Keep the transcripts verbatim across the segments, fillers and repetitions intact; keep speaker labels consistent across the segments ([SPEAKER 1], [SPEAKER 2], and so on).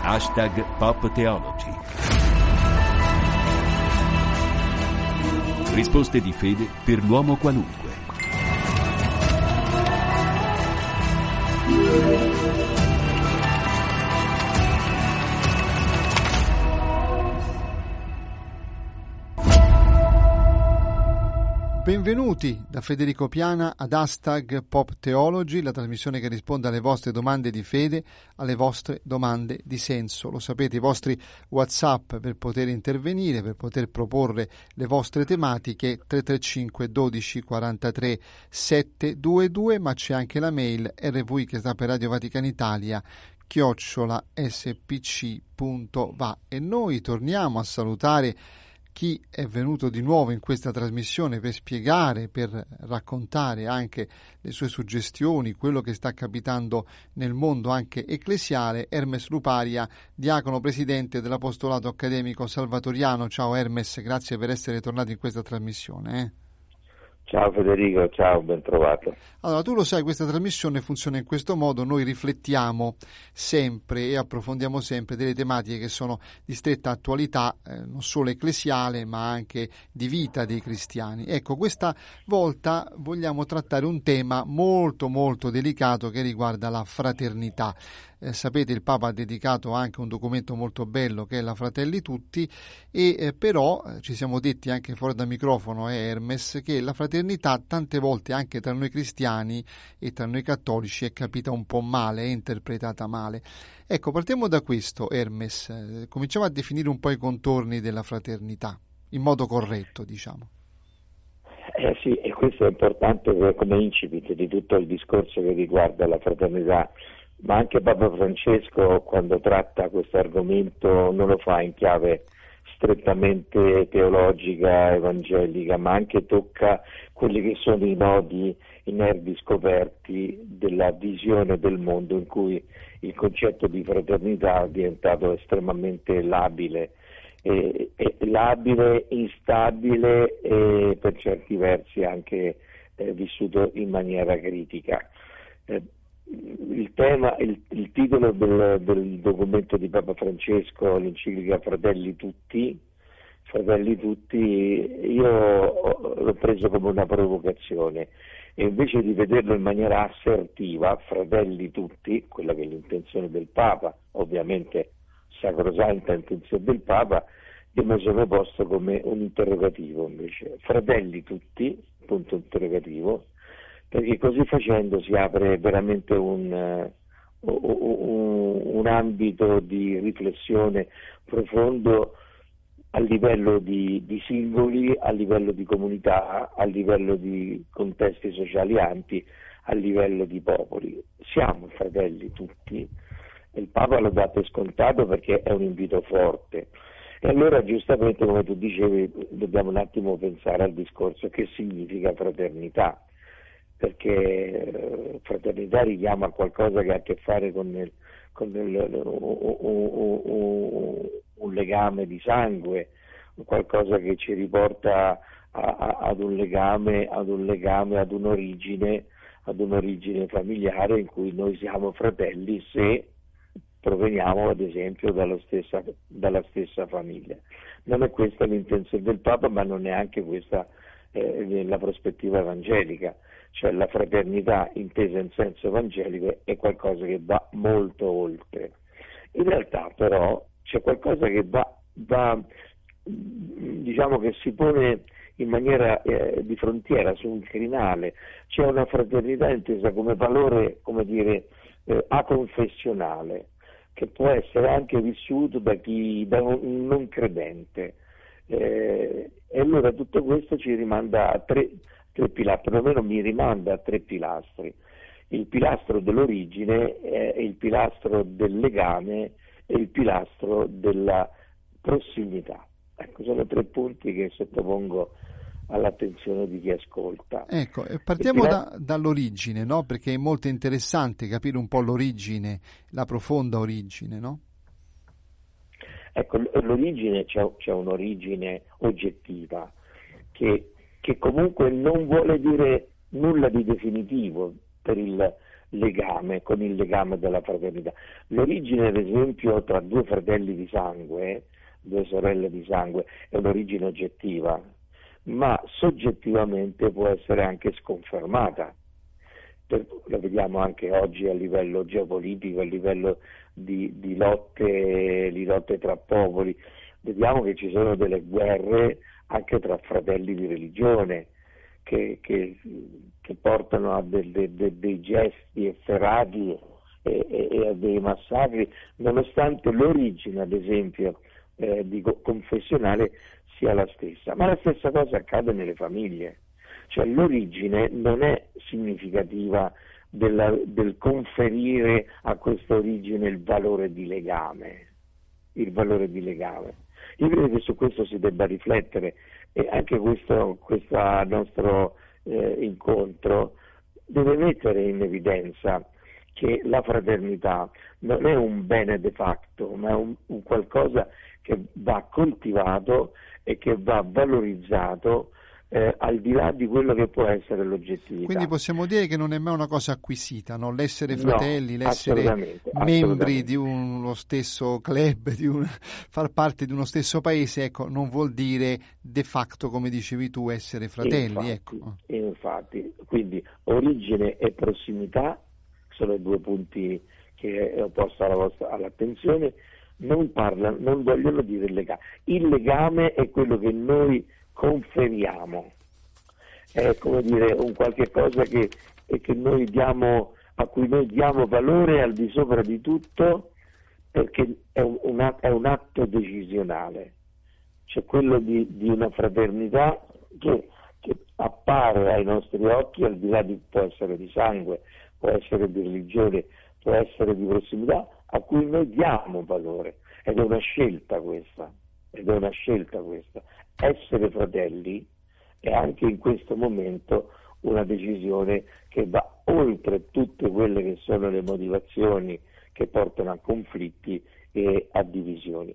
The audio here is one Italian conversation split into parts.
[SPEAKER 1] Hashtag Pop Theology. Risposte di fede per l'uomo qualunque.
[SPEAKER 2] Benvenuti da Federico Piana ad Hashtag Pop Theology, la trasmissione che risponde alle vostre domande di fede, alle vostre domande di senso. Lo sapete, i vostri WhatsApp per poter intervenire, per poter proporre le vostre tematiche, tre tre cinque dodici quarantatré settecentoventidue, ma c'è anche la mail R V I, che sta per Radio Vaticana Italia, chiocciola s p c punto v a. E noi torniamo a salutare chi è venuto di nuovo in questa trasmissione per spiegare, per raccontare anche le sue suggestioni, quello che sta capitando nel mondo anche ecclesiale. Hermes Luparia, diacono presidente dell'Apostolato Accademico Salvatoriano. Ciao Hermes, grazie per essere tornato in questa trasmissione. Eh?
[SPEAKER 3] Ciao Federico, ciao, ben trovato.
[SPEAKER 2] Allora, tu lo sai, questa trasmissione funziona in questo modo: noi riflettiamo sempre e approfondiamo sempre delle tematiche che sono di stretta attualità, eh, non solo ecclesiale, ma anche di vita dei cristiani. Ecco, questa volta vogliamo trattare un tema molto molto delicato che riguarda la fraternità. Eh, sapete, il Papa ha dedicato anche un documento molto bello che è la Fratelli Tutti, e eh, però eh, ci siamo detti anche fuori da microfono, eh, Hermes, che la fraternità tante volte anche tra noi cristiani e tra noi cattolici è capita un po' male, è interpretata male. Ecco, partiamo da questo, Hermes, eh, cominciamo a definire un po' i contorni della fraternità in modo corretto, diciamo.
[SPEAKER 3] Eh sì, e questo è importante come incipit di tutto il discorso che riguarda la fraternità. Ma anche Papa Francesco, quando tratta questo argomento, non lo fa in chiave strettamente teologica, evangelica, ma anche tocca quelli che sono i nodi, i nervi scoperti della visione del mondo, in cui il concetto di fraternità è diventato estremamente labile, e, e labile, instabile e per certi versi anche eh, vissuto in maniera critica. Eh, Il tema, il, il titolo del, del documento di Papa Francesco, l'enciclica Fratelli Tutti, Fratelli Tutti, io l'ho preso come una provocazione, e invece di vederlo in maniera assertiva, Fratelli Tutti, quella che è l'intenzione del Papa, ovviamente sacrosanta intenzione del Papa, io mi sono posto come un interrogativo invece, Fratelli Tutti, punto interrogativo, perché così facendo si apre veramente un, uh, un, un ambito di riflessione profondo a livello di, di singoli, a livello di comunità, a livello di contesti sociali ampi, a livello di popoli. Siamo fratelli tutti, il Papa lo dà per scontato perché è un invito forte. E allora giustamente, come tu dicevi, dobbiamo un attimo pensare al discorso che significa fraternità, perché eh, fraternità richiama a qualcosa che ha a che fare con, il, con il, un, un, un, un legame di sangue, qualcosa che ci riporta a, a, ad un legame, ad un legame, ad un'origine, ad un'origine familiare in cui noi siamo fratelli se proveniamo ad esempio dalla stessa, dalla stessa famiglia. Non è questa l'intenzione del Papa, ma non è anche questa eh, la prospettiva evangelica. Cioè la fraternità intesa in senso evangelico è qualcosa che va molto oltre. In realtà però c'è qualcosa che va, va diciamo che si pone in maniera eh, di frontiera, su un crinale. C'è una fraternità intesa come valore, come dire, eh, aconfessionale, che può essere anche vissuto da chi, da un non credente. Eh, e allora tutto questo ci rimanda a tre tre pilastri, perlomeno mi rimanda a tre pilastri: il pilastro dell'origine, eh, il pilastro del legame e il pilastro della prossimità. Ecco, sono tre punti che sottopongo all'attenzione di chi ascolta.
[SPEAKER 2] Ecco, partiamo
[SPEAKER 3] pilastro...
[SPEAKER 2] da, dall'origine, no? Perché è molto interessante capire un po' l'origine, la profonda origine, no?
[SPEAKER 3] Ecco, l'origine, c'è, c'è un'origine oggettiva che che comunque non vuole dire nulla di definitivo per il legame, con il legame della fraternità. L'origine, ad esempio, tra due fratelli di sangue, due sorelle di sangue, è un'origine oggettiva, ma soggettivamente può essere anche sconfermata. Lo vediamo anche oggi a livello geopolitico, a livello di, di, lotte, di lotte tra popoli. Vediamo che ci sono delle guerre anche tra fratelli di religione che, che, che portano a de, de, de, dei gesti efferati e, e, e a dei massacri, nonostante l'origine, ad esempio, eh, di confessionale sia la stessa. Ma la stessa cosa accade nelle famiglie. Cioè l'origine non è significativa della, del conferire a questa origine il valore di legame, il valore di legame. Io credo che su questo si debba riflettere e anche questo, questo nostro eh, incontro deve mettere in evidenza che la fraternità non è un bene de facto, ma è un, un qualcosa che va coltivato e che va valorizzato Eh, al di là di quello che può essere l'oggettività.
[SPEAKER 2] Quindi possiamo dire che non è mai una cosa acquisita, no? L'essere fratelli,
[SPEAKER 3] no,
[SPEAKER 2] l'essere
[SPEAKER 3] assolutamente,
[SPEAKER 2] membri
[SPEAKER 3] assolutamente.
[SPEAKER 2] di uno stesso club, di un, far parte di uno stesso paese, ecco, non vuol dire de facto, come dicevi tu, essere fratelli.
[SPEAKER 3] Infatti,
[SPEAKER 2] ecco.
[SPEAKER 3] infatti, quindi origine e prossimità sono i due punti che ho posto alla vostra, all'attenzione. Non parlano, non vogliono dire il legame. Il legame è quello che noi conferiamo, è come dire un qualche cosa che, che noi diamo, a cui noi diamo valore al di sopra di tutto, perché è un, un, atto, è un atto decisionale, cioè quello di, di una fraternità che, che appare ai nostri occhi, al di là di, può essere di sangue, può essere di religione, può essere di prossimità, a cui noi diamo valore, ed è una scelta questa, ed è una scelta questa. Essere fratelli è anche in questo momento una decisione che va oltre tutte quelle che sono le motivazioni che portano a conflitti e a divisioni.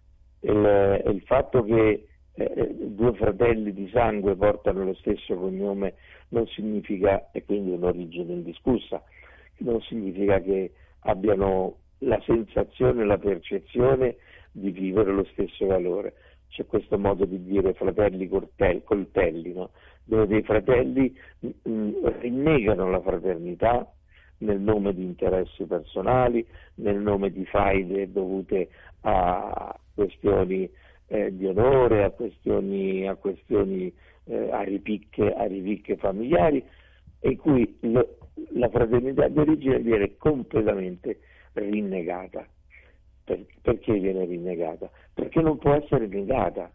[SPEAKER 3] Il, il fatto che eh, due fratelli di sangue portano lo stesso cognome non significa, e quindi un'origine indiscussa, non significa che abbiano la sensazione, la percezione di vivere lo stesso valore. C'è questo modo di dire fratelli coltelli, coltelli no? Dove dei fratelli mh, rinnegano la fraternità nel nome di interessi personali, nel nome di faide dovute a questioni eh, di onore, a questioni, a, questioni eh, a, ripicche, a ripicche familiari, in cui lo, la fraternità di origine viene completamente rinnegata. Per, perché viene rinnegata? Perché non può essere negata.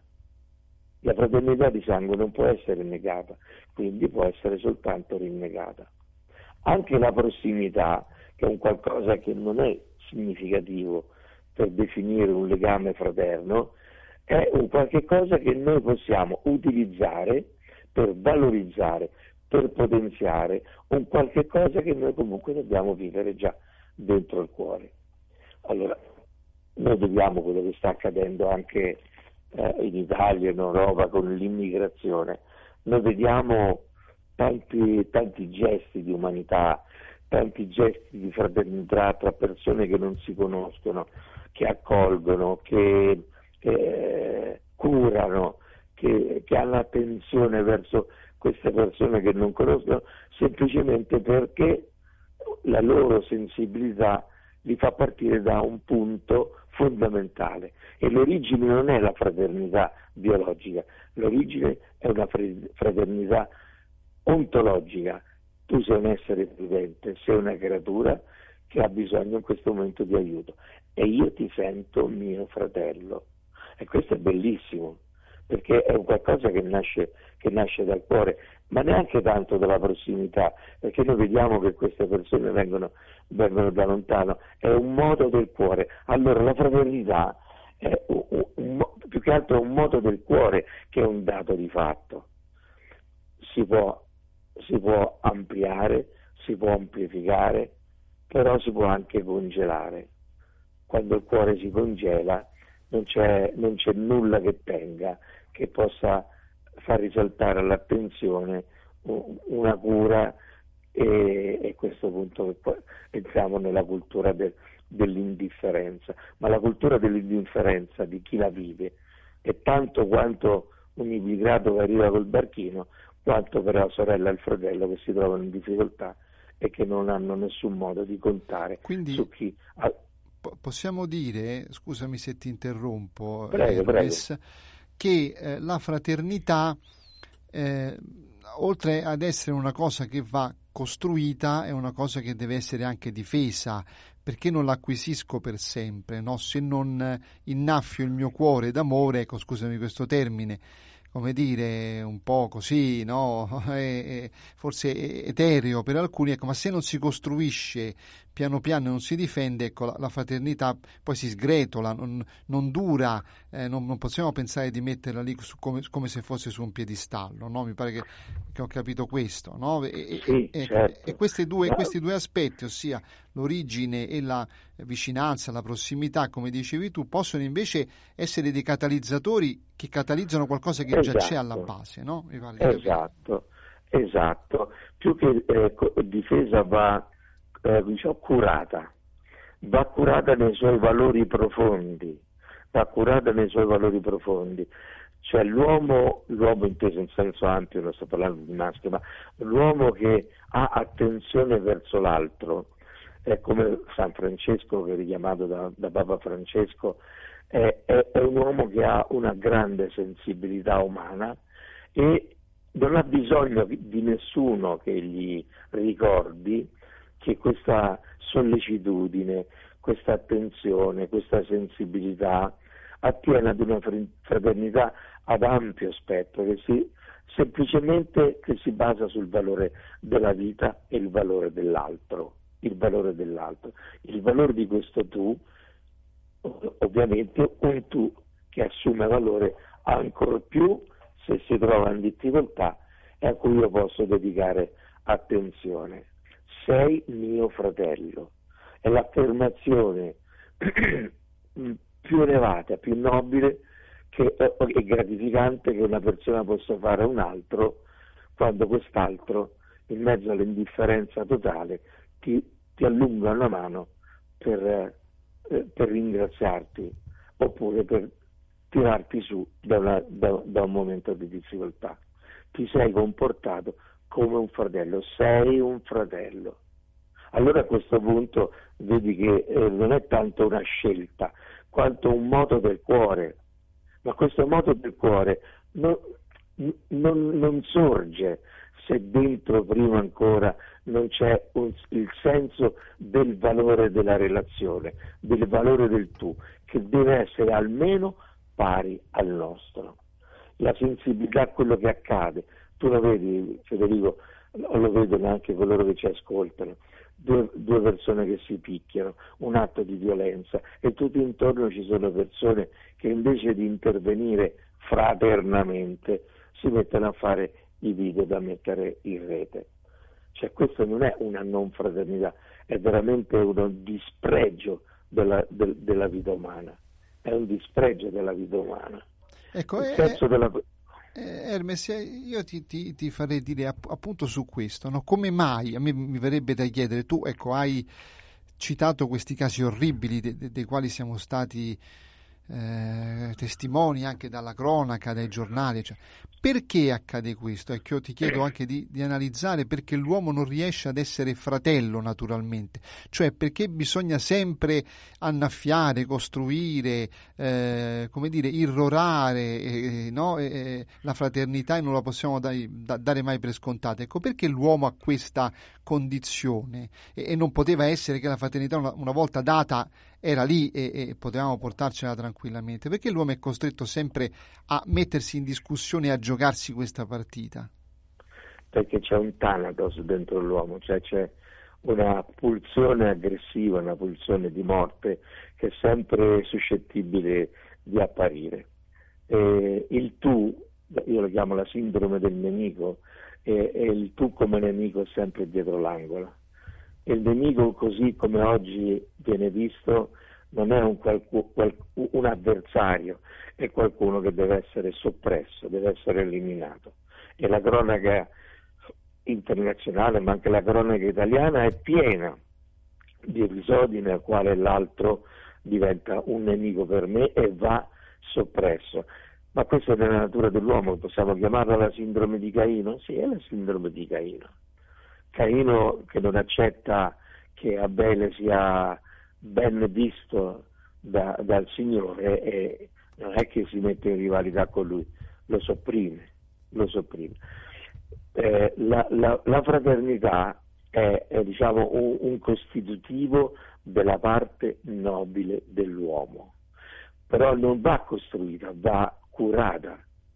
[SPEAKER 3] La fraternità di sangue non può essere negata, quindi può essere soltanto rinnegata. Anche la prossimità, che è un qualcosa che non è significativo per definire un legame fraterno, è un qualche cosa che noi possiamo utilizzare per valorizzare, per potenziare un qualche cosa che noi comunque dobbiamo vivere già dentro il cuore. Allora, noi vediamo quello che sta accadendo anche eh, in Italia, in Europa, con l'immigrazione. Noi vediamo tanti, tanti gesti di umanità, tanti gesti di fraternità tra persone che non si conoscono, che accolgono, che eh, curano, che, che hanno attenzione verso queste persone che non conoscono, semplicemente perché la loro sensibilità li fa partire da un punto fondamentale, e l'origine non è la fraternità biologica, l'origine è una fraternità ontologica. Tu sei un essere vivente, sei una creatura che ha bisogno in questo momento di aiuto e io ti sento mio fratello, e questo è bellissimo, perché è un qualcosa che nasce, che nasce dal cuore, ma neanche tanto dalla prossimità, perché noi vediamo che queste persone vengono, vengono da lontano, è un modo del cuore. Allora la fraternità è un, un, un, più che altro un modo del cuore che è un dato di fatto. Si può, si può ampliare, si può amplificare, però si può anche congelare. Quando il cuore si congela non c'è, non c'è nulla che tenga, che possa far risaltare all'attenzione una cura e, e a questo punto poi entriamo nella cultura del, dell'indifferenza, ma la cultura dell'indifferenza di chi la vive è tanto quanto un immigrato che arriva col barchino, quanto per la sorella e il fratello che si trovano in difficoltà e che non hanno nessun modo di contare
[SPEAKER 2] Quindi,
[SPEAKER 3] su chi ha...
[SPEAKER 2] possiamo dire, scusami se ti interrompo,
[SPEAKER 3] prego,
[SPEAKER 2] Hermes,
[SPEAKER 3] prego.
[SPEAKER 2] che eh, la fraternità, eh, oltre ad essere una cosa che va costruita, è una cosa che deve essere anche difesa, perché non l'acquisisco per sempre, no? Se non innaffio il mio cuore d'amore, ecco, scusami questo termine, come dire, un po' così, no? È, è, forse è etereo per alcuni, ecco, ma se non si costruisce piano piano e non si difende, ecco, la, la fraternità poi si sgretola, non, non dura, eh, non, non possiamo pensare di metterla lì su, come, come se fosse su un piedistallo, no? Mi pare che, che ho capito questo, no? E,
[SPEAKER 3] Sì,
[SPEAKER 2] e,
[SPEAKER 3] certo.
[SPEAKER 2] e questi, due,
[SPEAKER 3] Ma...
[SPEAKER 2] questi due aspetti, ossia l'origine e la vicinanza, la prossimità, come dicevi tu, possono invece essere dei catalizzatori che catalizzano qualcosa che
[SPEAKER 3] esatto.
[SPEAKER 2] già c'è alla base, no? Mi pare di
[SPEAKER 3] esatto, esatto. Più che eh, difesa va eh, diciamo, curata, va curata nei suoi valori profondi, va curata nei suoi valori profondi. Cioè l'uomo, l'uomo inteso in senso ampio, non sto parlando di maschio, ma l'uomo che ha attenzione verso l'altro, è come San Francesco, che è richiamato da, da Papa Francesco, è, è, è un uomo che ha una grande sensibilità umana e non ha bisogno di nessuno che gli ricordi che questa sollecitudine, questa attenzione, questa sensibilità attiene ad una fraternità ad ampio spettro, che si, semplicemente che si basa sul valore della vita e il valore dell'altro, il valore dell'altro, il valore di questo tu, ovviamente un tu che assume valore ancor più se si trova in difficoltà e a cui io posso dedicare attenzione. Sei mio fratello, è l'affermazione più elevata, più nobile che, e gratificante che una persona possa fare a un altro quando quest'altro, in mezzo all'indifferenza totale, ti, ti allunga una mano per, eh, per ringraziarti oppure per tirarti su da, una, da, da un momento di difficoltà. Ti sei comportato come un fratello, sei un fratello. Allora a questo punto vedi che eh, non è tanto una scelta quanto un moto del cuore, ma questo moto del cuore non, non, non sorge se dentro prima ancora non c'è un, il senso del valore della relazione, del valore del tu, che deve essere almeno pari al nostro. La sensibilità a quello che accade, tu lo vedi Federico, lo vedono anche coloro che ci ascoltano, due, due persone che si picchiano, un atto di violenza e tutto intorno ci sono persone che invece di intervenire fraternamente si mettono a fare i video da mettere in rete. Cioè questo non è una non fraternità, è veramente uno dispregio della, del, della vita umana, è un dispregio della vita umana.
[SPEAKER 2] Ecco,
[SPEAKER 3] il
[SPEAKER 2] è...
[SPEAKER 3] senso della...
[SPEAKER 2] Eh, Hermes, io ti, ti, ti farei dire app- appunto su questo, no? Come mai, a me mi verrebbe da chiedere, tu ecco hai citato questi casi orribili de- de- dei quali siamo stati eh, testimoni anche dalla cronaca, dai giornali, cioè, perché accade questo? Ecco, io ti chiedo anche di, di analizzare perché l'uomo non riesce ad essere fratello naturalmente, cioè perché bisogna sempre annaffiare, costruire, eh, come dire, irrorare eh, no? eh, la fraternità e non la possiamo dai, da, dare mai per scontata. Ecco perché l'uomo ha questa condizione e, e non poteva essere che la fraternità una, una volta data era lì e, e potevamo portarcela tranquillamente, perché l'uomo è costretto sempre a mettersi in discussione e a giocarsi questa partita?
[SPEAKER 3] Perché c'è un Thanatos dentro l'uomo, cioè c'è una pulsione aggressiva, una pulsione di morte che è sempre suscettibile di apparire. E il tu, io lo chiamo la sindrome del nemico, e, e il tu come nemico è sempre dietro l'angolo. E il nemico, così come oggi viene visto, non è un, qualcu, qual, un avversario, è qualcuno che deve essere soppresso, deve essere eliminato. E la cronaca internazionale, ma anche la cronaca italiana è piena di episodi nel quale l'altro diventa un nemico per me e va soppresso. Ma questa è nella natura dell'uomo, possiamo chiamarla la sindrome di Caino? Sì, è la sindrome di Caino. Caino che non accetta che Abele sia ben visto da, dal Signore, e non è che si mette in rivalità con lui, lo sopprime, lo sopprime. Eh, la, la, la fraternità è, è diciamo, un, un costitutivo della parte nobile dell'uomo, però non va costruita, va curata,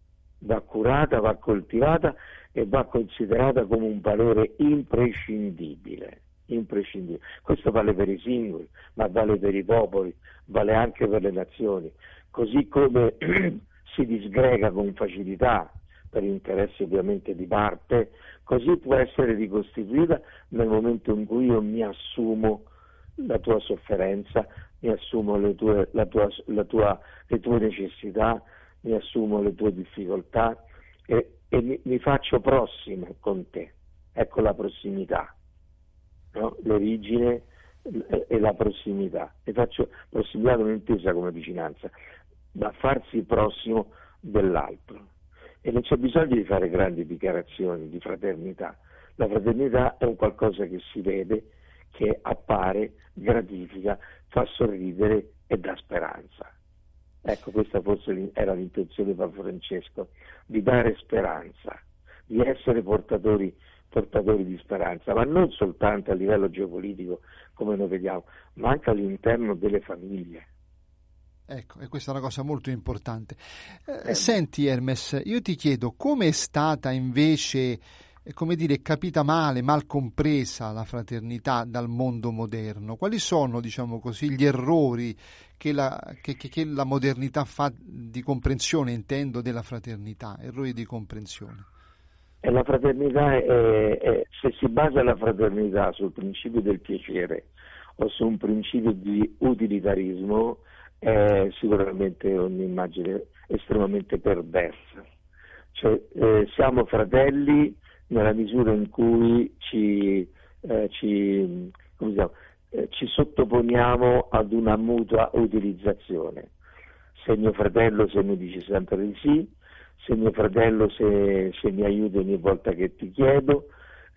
[SPEAKER 3] va curata, va coltivata e va considerata come un valore imprescindibile, imprescindibile. Questo vale per i singoli, ma vale per i popoli, vale anche per le nazioni, così come si disgrega con facilità per interessi ovviamente di parte, così può essere ricostituita nel momento in cui io mi assumo la tua sofferenza, mi assumo le tue, la tua, la tua, le tue necessità, mi assumo le tue difficoltà e, e mi, mi faccio prossimo con te. Ecco la prossimità, no? L'origine e la prossimità. Mi faccio prossimità non intesa come vicinanza, ma farsi prossimo dell'altro. E non c'è bisogno di fare grandi dichiarazioni di fraternità. La fraternità è un qualcosa che si vede, che appare, gratifica, fa sorridere e dà speranza. Ecco, questa forse era l'intenzione di Papa Francesco, di dare speranza, di essere portatori, portatori di speranza, ma non soltanto a livello geopolitico, come noi vediamo, ma anche all'interno delle famiglie.
[SPEAKER 2] Ecco, e questa è una cosa molto importante. Eh, eh. Senti Hermes, io ti chiedo come è stata invece, come dire, capita male, mal compresa la fraternità dal mondo moderno? Quali sono, diciamo così, gli errori che la, che, che, che la modernità fa di comprensione, intendo, della fraternità, errori di comprensione?
[SPEAKER 3] E la fraternità, è, è, se si basa la fraternità sul principio del piacere o su un principio di utilitarismo, è sicuramente un'immagine estremamente perversa. Cioè, eh, siamo fratelli nella misura in cui ci, eh, ci, come diciamo, eh, ci sottoponiamo ad una mutua utilizzazione. Se mio fratello se mi dici sempre di sì, se mio fratello se, se mi aiuti ogni volta che ti chiedo,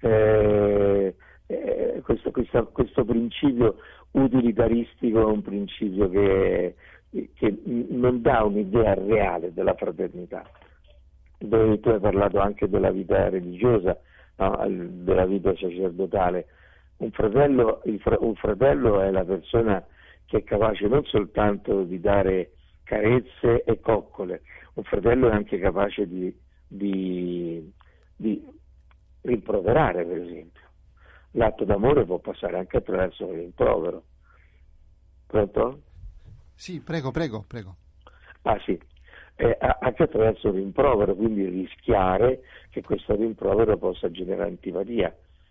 [SPEAKER 3] eh, eh, questo, questo, questo principio utilitaristico è un principio che, che non dà un'idea reale della fraternità. Dove tu hai parlato anche della vita religiosa, no? Della vita sacerdotale. Un fratello, il fra, un fratello è la persona che è capace non soltanto di dare carezze e coccole, un fratello è anche capace di, di, di rimproverare, per esempio. L'atto d'amore può passare anche attraverso il rimprovero. Pronto?
[SPEAKER 2] Sì, prego, prego, prego.
[SPEAKER 3] Ah sì, eh, anche attraverso il rimprovero, quindi rischiare che questo rimprovero possa generare antipatia.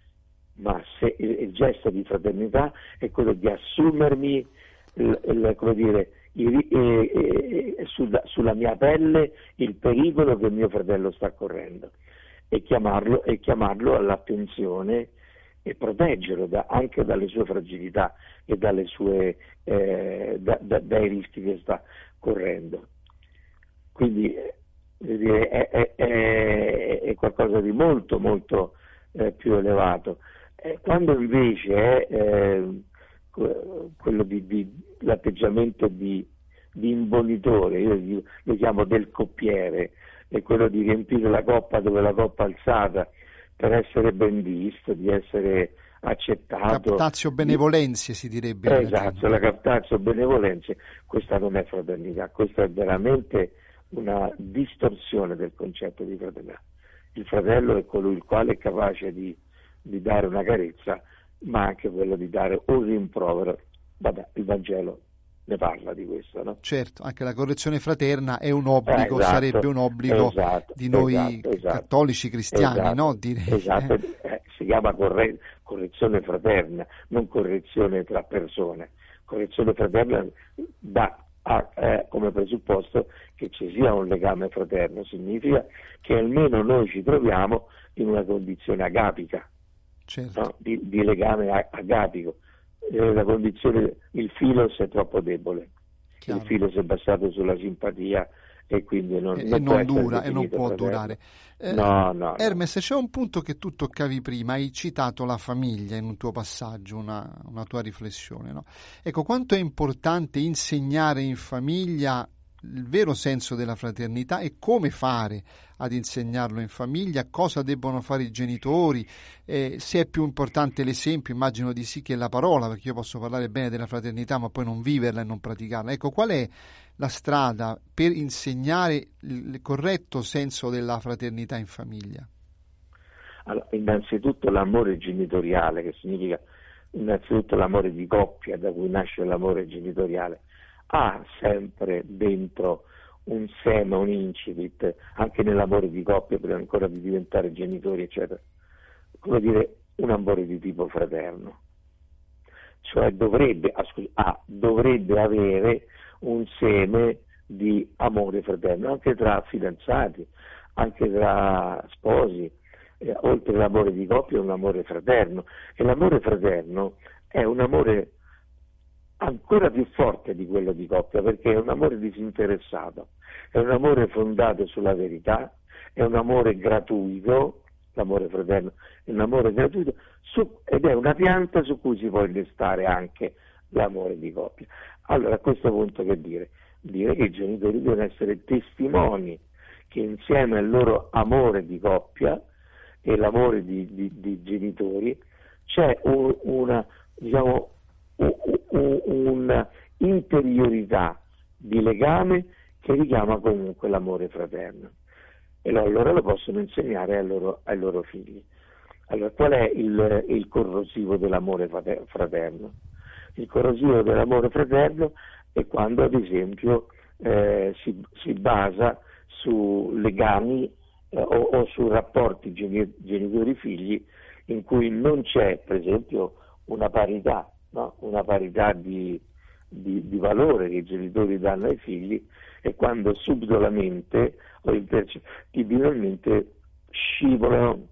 [SPEAKER 3] Ma se il, il gesto di fraternità è quello di assumermi, il, il, come dire, il, eh, eh, sulla, sulla mia pelle il pericolo che mio fratello sta correndo e chiamarlo, e chiamarlo all'attenzione e proteggerlo da, anche dalle sue fragilità e dalle sue, eh, da, da, dai rischi che sta correndo. Quindi eh, dire, è, è, è, è qualcosa di molto molto eh, più elevato. Eh, quando invece è eh, quello di, di l'atteggiamento di, di imbonitore, io lo chiamo del coppiere, è quello di riempire la coppa dove la coppa è alzata per essere ben visto, di essere accettato.
[SPEAKER 2] Captatio benevolenzie si direbbe.
[SPEAKER 3] Eh, esatto, la captatio benevolenzie, questa non è fraternità, questa è veramente una distorsione del concetto di fraternità. Il fratello è colui il quale è capace di, di dare una carezza, ma anche quello di dare un rimprovero. Vabbè, il Vangelo ne parla di questo, no?
[SPEAKER 2] Certo, anche la correzione fraterna è un obbligo,
[SPEAKER 3] eh, esatto,
[SPEAKER 2] sarebbe un obbligo
[SPEAKER 3] esatto,
[SPEAKER 2] di noi
[SPEAKER 3] esatto, esatto,
[SPEAKER 2] cattolici cristiani,
[SPEAKER 3] esatto,
[SPEAKER 2] no? Direi.
[SPEAKER 3] Esatto, eh, si chiama corre- correzione fraterna, non correzione tra persone. Correzione fraterna dà ha, eh, come presupposto che ci sia un legame fraterno, significa che almeno noi ci troviamo in una condizione agapica,
[SPEAKER 2] certo.
[SPEAKER 3] no? di, di legame agapico. Eh, la condizione, il filos è troppo debole,
[SPEAKER 2] Chiaro.
[SPEAKER 3] il filos è basato sulla simpatia e quindi non,
[SPEAKER 2] e
[SPEAKER 3] non,
[SPEAKER 2] e
[SPEAKER 3] può
[SPEAKER 2] non
[SPEAKER 3] essere
[SPEAKER 2] dura e non
[SPEAKER 3] definito
[SPEAKER 2] può
[SPEAKER 3] fraterno.
[SPEAKER 2] durare. Eh,
[SPEAKER 3] no, no,
[SPEAKER 2] Hermes, c'è un punto che tu toccavi prima, hai citato la famiglia in un tuo passaggio, una, una tua riflessione, no? Ecco, quanto è importante insegnare in famiglia il vero senso della fraternità e come fare ad insegnarlo in famiglia, cosa debbono fare i genitori, eh, se è più importante l'esempio, immagino di sì, che la parola, perché io posso parlare bene della fraternità ma poi non viverla e non praticarla. Ecco, qual è la strada per insegnare il corretto senso della fraternità in famiglia?
[SPEAKER 3] Allora, innanzitutto l'amore genitoriale, che significa innanzitutto l'amore di coppia, da cui nasce l'amore genitoriale, ha sempre dentro un seme, un incipit, anche nell'amore di coppia, prima ancora di diventare genitori, eccetera, come dire, un amore di tipo fraterno. Cioè dovrebbe, ah, dovrebbe avere un seme di amore fraterno, anche tra fidanzati, anche tra sposi, eh, oltre all'amore di coppia, un amore fraterno. E l'amore fraterno è un amore ancora più forte di quello di coppia, perché è un amore disinteressato, è un amore fondato sulla verità, è un amore gratuito, l'amore fraterno è un amore gratuito su, ed è una pianta su cui si può innestare anche l'amore di coppia. Allora, a questo punto che dire? Dire che i genitori devono essere testimoni che insieme al loro amore di coppia e l'amore di, di, di genitori c'è un, una, diciamo, una interiorità di legame che richiama comunque l'amore fraterno, e allora lo possono insegnare ai loro, ai loro figli. Allora, qual è il, il corrosivo dell'amore fraterno? Il corrosivo dell'amore fraterno è quando, ad esempio, eh, si, si basa su legami eh, o, o su rapporti genitori-figli in cui non c'è, per esempio, una parità, no? una parità di, di, di valore che i genitori danno ai figli, e quando subdolamente o impercettibilmente scivolano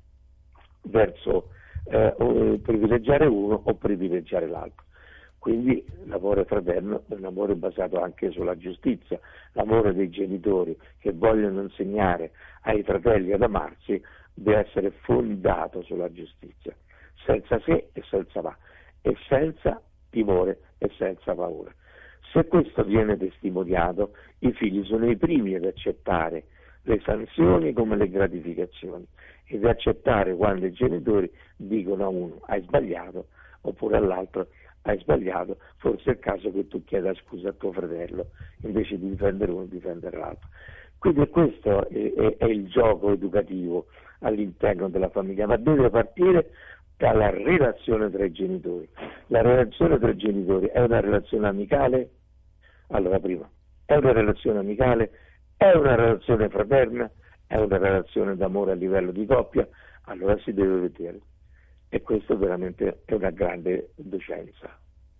[SPEAKER 3] verso eh, privilegiare uno o privilegiare l'altro. Quindi l'amore fraterno è un amore basato anche sulla giustizia, l'amore dei genitori che vogliono insegnare ai fratelli ad amarsi deve essere fondato sulla giustizia, senza se e senza ma, e senza timore e senza paura. Se questo viene testimoniato, i figli sono i primi ad accettare le sanzioni come le gratificazioni, ed accettare quando i genitori dicono a uno hai sbagliato, oppure all'altro hai sbagliato, forse è il caso che tu chieda scusa a tuo fratello, invece di difendere uno difendere l'altro. Quindi questo è, è, è il gioco educativo all'interno della famiglia, ma deve partire dalla relazione tra i genitori. La relazione tra i genitori è una relazione amicale? Allora, prima, è una relazione amicale? È una relazione fraterna? È una relazione d'amore a livello di coppia? Allora si deve vedere. E questo veramente è una grande docenza.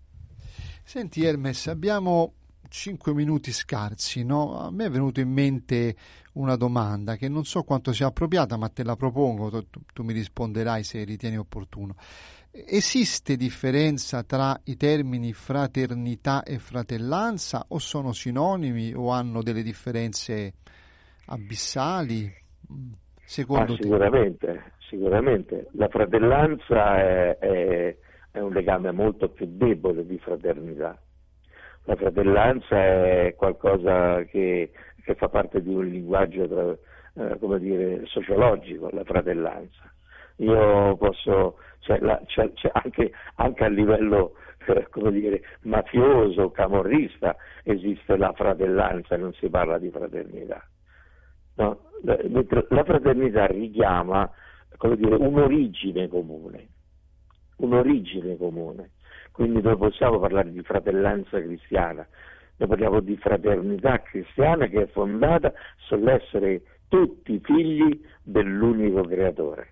[SPEAKER 2] Senti Hermes, abbiamo cinque minuti scarsi, no? A me è venuto in mente una domanda che non so quanto sia appropriata, ma te la propongo, tu, tu mi risponderai se ritieni opportuno. Esiste differenza tra i termini fraternità e fratellanza, o sono sinonimi, o hanno delle differenze abissali? Secondo
[SPEAKER 3] ah,
[SPEAKER 2] te?
[SPEAKER 3] Sicuramente, sicuramente. La fratellanza è, è, è un legame molto più debole di fraternità. La fratellanza è qualcosa che, che fa parte di un linguaggio tra, eh, come dire, sociologico, la fratellanza. Io posso, cioè, la, cioè, cioè anche, anche a livello eh, come dire, mafioso, camorrista, esiste la fratellanza, non si parla di fraternità. No? La fraternità richiama, come dire, un'origine comune, un'origine comune. Quindi noi possiamo parlare di fratellanza cristiana, noi parliamo di fraternità cristiana che è fondata sull'essere tutti figli dell'unico creatore.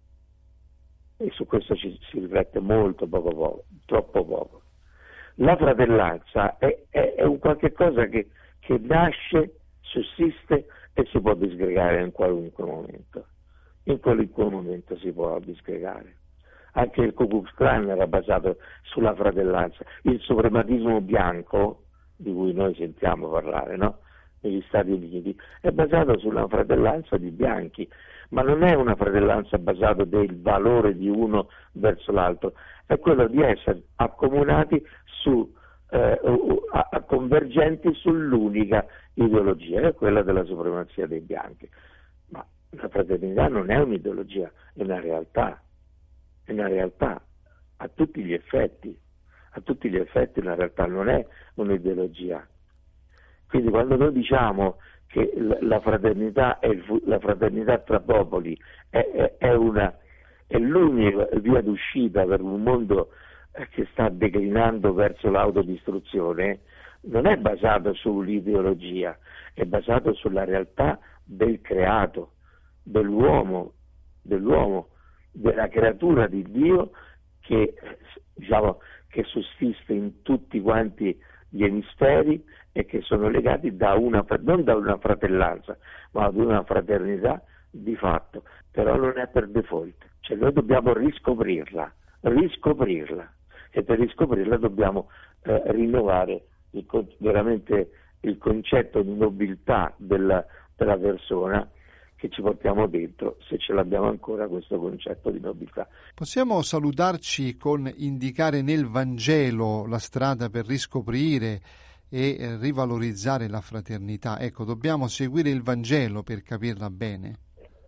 [SPEAKER 3] E su questo ci si riflette molto poco, poco troppo poco. La fratellanza è, è, è un qualche cosa che, che nasce, sussiste e si può disgregare in qualunque momento. in qualunque momento si può disgregare. Anche il Ku Klux Klan era basato sulla fratellanza. Il suprematismo bianco, di cui noi sentiamo parlare, no? Negli Stati Uniti, è basato sulla fratellanza di bianchi, ma non è una fratellanza basata del valore di uno verso l'altro, è quello di essere accomunati su, eh, a, convergenti sull'unica ideologia, che è quella della supremazia dei bianchi. Ma la fraternità non è un'ideologia, è una realtà, è una realtà a tutti gli effetti, a tutti gli effetti una realtà, non è un'ideologia. Quindi quando noi diciamo che la fraternità, è il, la fraternità tra popoli è, è, è, una, è l'unica via d'uscita per un mondo che sta declinando verso l'autodistruzione, non è basato sull'ideologia, è basato sulla realtà del creato, dell'uomo, dell'uomo, della creatura di Dio che, diciamo, che sussiste in tutti quanti gli emisferi e che sono legati da una, non da una fratellanza, ma ad una fraternità di fatto, però non è per default, cioè noi dobbiamo riscoprirla, riscoprirla e per riscoprirla dobbiamo eh, rinnovare il, veramente il concetto di nobiltà della, della persona che ci portiamo dentro, se ce l'abbiamo ancora questo concetto di nobiltà.
[SPEAKER 2] Possiamo salutarci con indicare nel Vangelo la strada per riscoprire e rivalorizzare la fraternità. Ecco, dobbiamo seguire il Vangelo per capirla bene.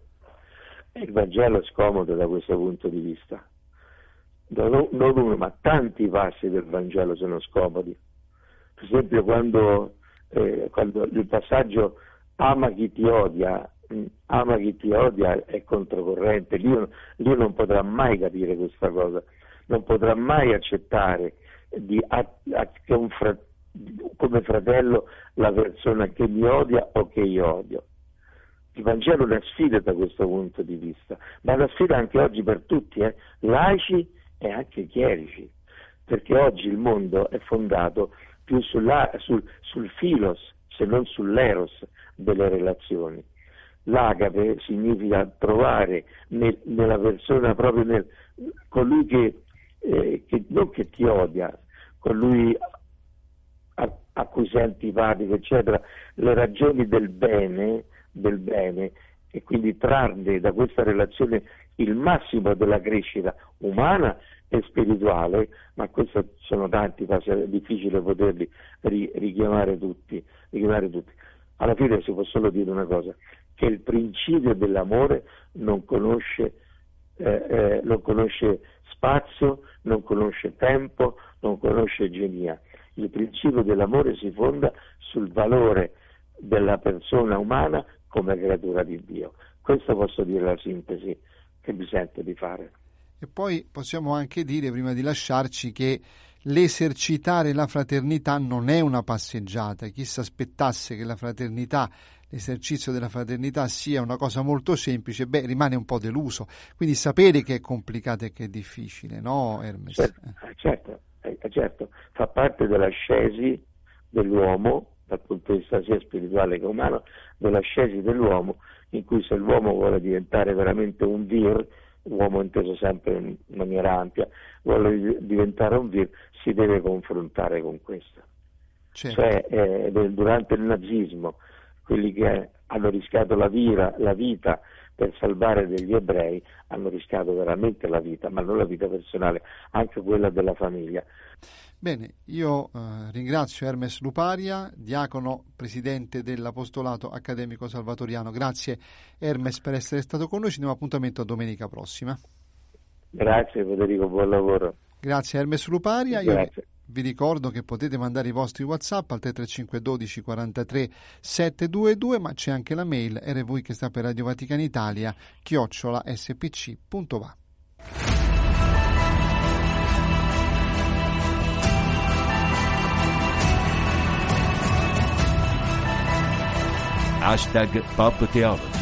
[SPEAKER 3] Il Vangelo è scomodo da questo punto di vista. Non uno, ma tanti passi del Vangelo sono scomodi. Per esempio quando, eh, quando il passaggio ama chi ti odia, ama chi ti odia è controcorrente, Dio, Dio non potrà mai capire questa cosa, non potrà mai accettare di, a, a, che un fratello come fratello la persona che mi odia o che io odio. Il Vangelo è una sfida da questo punto di vista, ma è una sfida anche oggi per tutti, eh? laici e anche chierici, perché oggi il mondo è fondato più sulla, sul, sul filos, se non sull'eros delle relazioni. L'agape significa trovare nel, nella persona, proprio nel, colui che, eh, che non che ti odia, colui a, a cui sei antipatico, eccetera, le ragioni del bene, del bene, e quindi trarne da questa relazione il massimo della crescita umana e spirituale, ma questi sono tanti, è difficile poterli ri, richiamare tutti, richiamare tutti. Alla fine si può solo dire una cosa, che il principio dell'amore non conosce, eh, eh, non conosce spazio, non conosce tempo, non conosce genia. Il principio dell'amore si fonda sul valore della persona umana come creatura di Dio. Questo posso dire la sintesi che mi sento di fare.
[SPEAKER 2] E poi possiamo anche dire, prima di lasciarci, che l'esercitare la fraternità non è una passeggiata. Chi si aspettasse che la fraternità, l'esercizio della fraternità sia una cosa molto semplice, beh, rimane un po' deluso. Quindi sapere che è complicato e che è difficile, no, Hermes?
[SPEAKER 3] Certo, certo, eh, certo. Fa parte dell'ascesi dell'uomo, dal punto di vista sia spirituale che umano, dell'ascesi dell'uomo, in cui se l'uomo vuole diventare veramente un vir, uomo inteso sempre in maniera ampia, vuole diventare un vir, si deve confrontare con questo. Certo. Cioè, eh, durante il nazismo, quelli che hanno rischiato la, vita, la vita per salvare degli ebrei hanno rischiato veramente la vita, ma non la vita personale, anche quella della famiglia.
[SPEAKER 2] Bene, io eh, ringrazio Hermes Luparia, diacono presidente dell'Apostolato Accademico Salvatoriano. Grazie Hermes per essere stato con noi, ci diamo appuntamento a domenica prossima.
[SPEAKER 3] Grazie Federico, buon lavoro.
[SPEAKER 2] Grazie Hermes Luparia.
[SPEAKER 3] Grazie.
[SPEAKER 2] Io vi ricordo che potete mandare i vostri WhatsApp al tre tre cinque uno due quarantatré settecentoventidue, ma c'è anche la mail R V I che sta per Radio Vaticana Italia chiocciola s p c punto v a.
[SPEAKER 1] Hashtag Pop Theology.